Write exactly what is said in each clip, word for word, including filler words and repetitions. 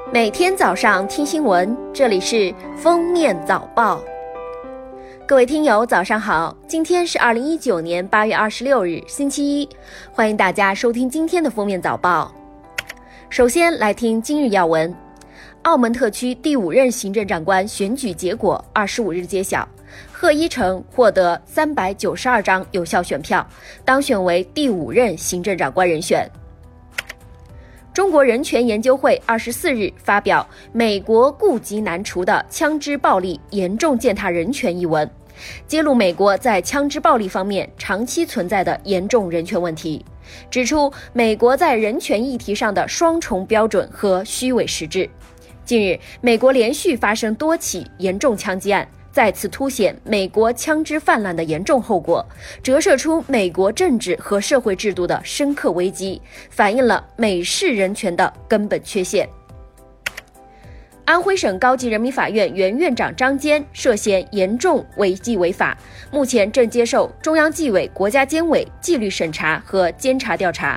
每天早上听新闻，这里是封面早报。各位听友早上好，今天是二零一九年八月二十六日星期一，欢迎大家收听今天的封面早报。首先来听今日要闻。澳门特区第五任行政长官选举结果二十五日揭晓，贺一诚获得三百九十二张有效选票，当选为第五任行政长官人选。中国人权研究会二十四日发表《美国痼疾难除的枪支暴力严重践踏人权》一文，揭露美国在枪支暴力方面长期存在的严重人权问题，指出美国在人权议题上的双重标准和虚伪实质。近日，美国连续发生多起严重枪击案，再次凸显美国枪支泛滥的严重后果，折射出美国政治和社会制度的深刻危机，反映了美式人权的根本缺陷。安徽省高级人民法院原院长张坚涉嫌严重违纪违法，目前正接受中央纪委国家监委纪律审查和监察调查。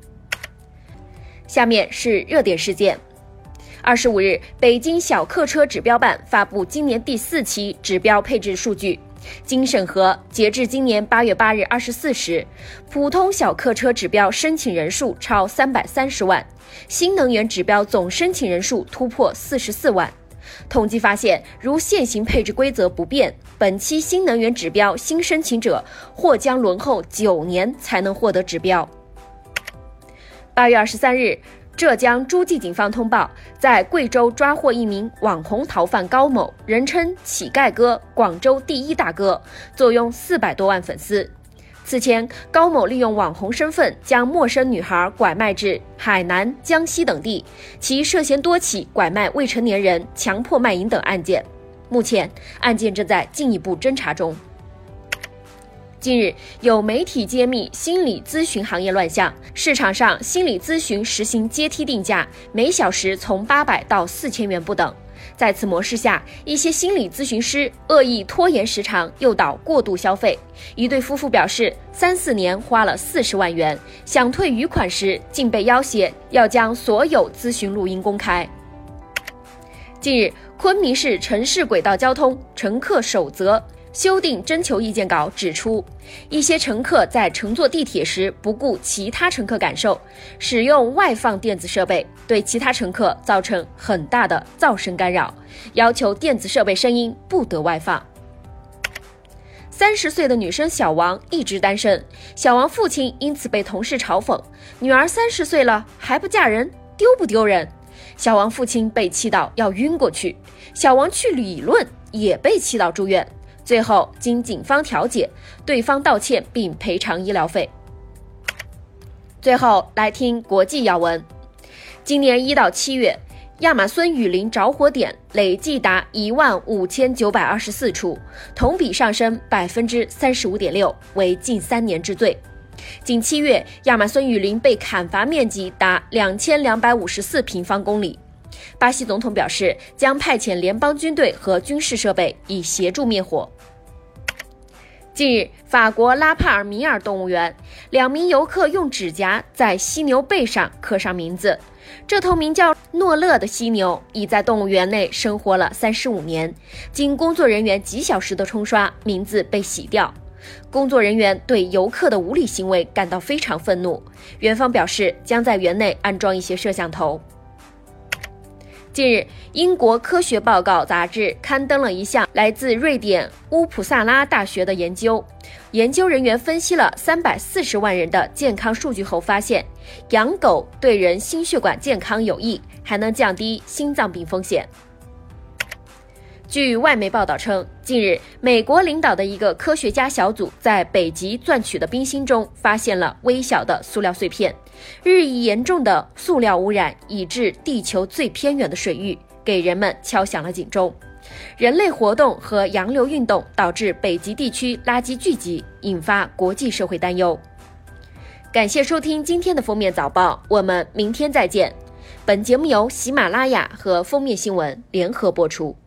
下面是热点事件。二十五日，北京小客车指标办发布今年第四期指标配置数据。经审核，截至今年八月八日二十四时，普通小客车指标申请人数超三百三十万，新能源指标总申请人数突破四十四万。统计发现，如现行配置规则不变，本期新能源指标新申请者或将轮候九年才能获得指标。八月二十三日，浙江诸暨警方通报，在贵州抓获一名网红逃犯高某，人称乞丐哥、广州第一大哥，坐拥四百多万粉丝。此前，高某利用网红身份将陌生女孩拐卖至海南、江西等地，其涉嫌多起拐卖未成年人、强迫卖淫等案件。目前，案件正在进一步侦查中。近日，有媒体揭秘心理咨询行业乱象，市场上心理咨询实行阶梯定价，每小时从八百到四千元不等。在此模式下，一些心理咨询师恶意拖延时长，诱导过度消费。一对夫妇表示，三四年花了四十万元，想退余款时，竟被要挟要将所有咨询录音公开。近日，昆明市城市轨道交通乘客守则修订征求意见稿指出，一些乘客在乘坐地铁时不顾其他乘客感受，使用外放电子设备，对其他乘客造成很大的噪声干扰，要求电子设备声音不得外放。三十岁的女生小王一直单身，小王父亲因此被同事嘲讽，女儿三十岁了还不嫁人，丢不丢人？小王父亲被气到要晕过去，小王去理论也被气到住院。最后经警方调解，对方道歉并赔偿医疗费。最后来听国际要闻。今年一到七月，亚马孙雨林着火点累计达一万五千九百二十四处，同比上升百分之三十五点六，为近三年之最。仅七月，亚马孙雨林被砍伐面积达两千两百五十四平方公里。巴西总统表示，将派遣联邦军队和军事设备以协助灭火。近日，法国拉帕尔米尔动物园，两名游客用指甲在犀牛背上刻上名字。这头名叫诺勒的犀牛已在动物园内生活了三十五年，经工作人员几小时的冲刷，名字被洗掉。工作人员对游客的无理行为感到非常愤怒，园方表示将在园内安装一些摄像头。近日，英国科学报告杂志刊登了一项来自瑞典乌普萨拉大学的研究。研究人员分析了三百四十万人的健康数据后发现，养狗对人心血管健康有益，还能降低心脏病风险。据外媒报道称，近日美国领导的一个科学家小组在北极钻取的冰芯中发现了微小的塑料碎片。日益严重的塑料污染已至地球最偏远的水域，给人们敲响了警钟。人类活动和洋流运动导致北极地区垃圾聚集，引发国际社会担忧。感谢收听今天的封面早报，我们明天再见。本节目由喜马拉雅和封面新闻联合播出。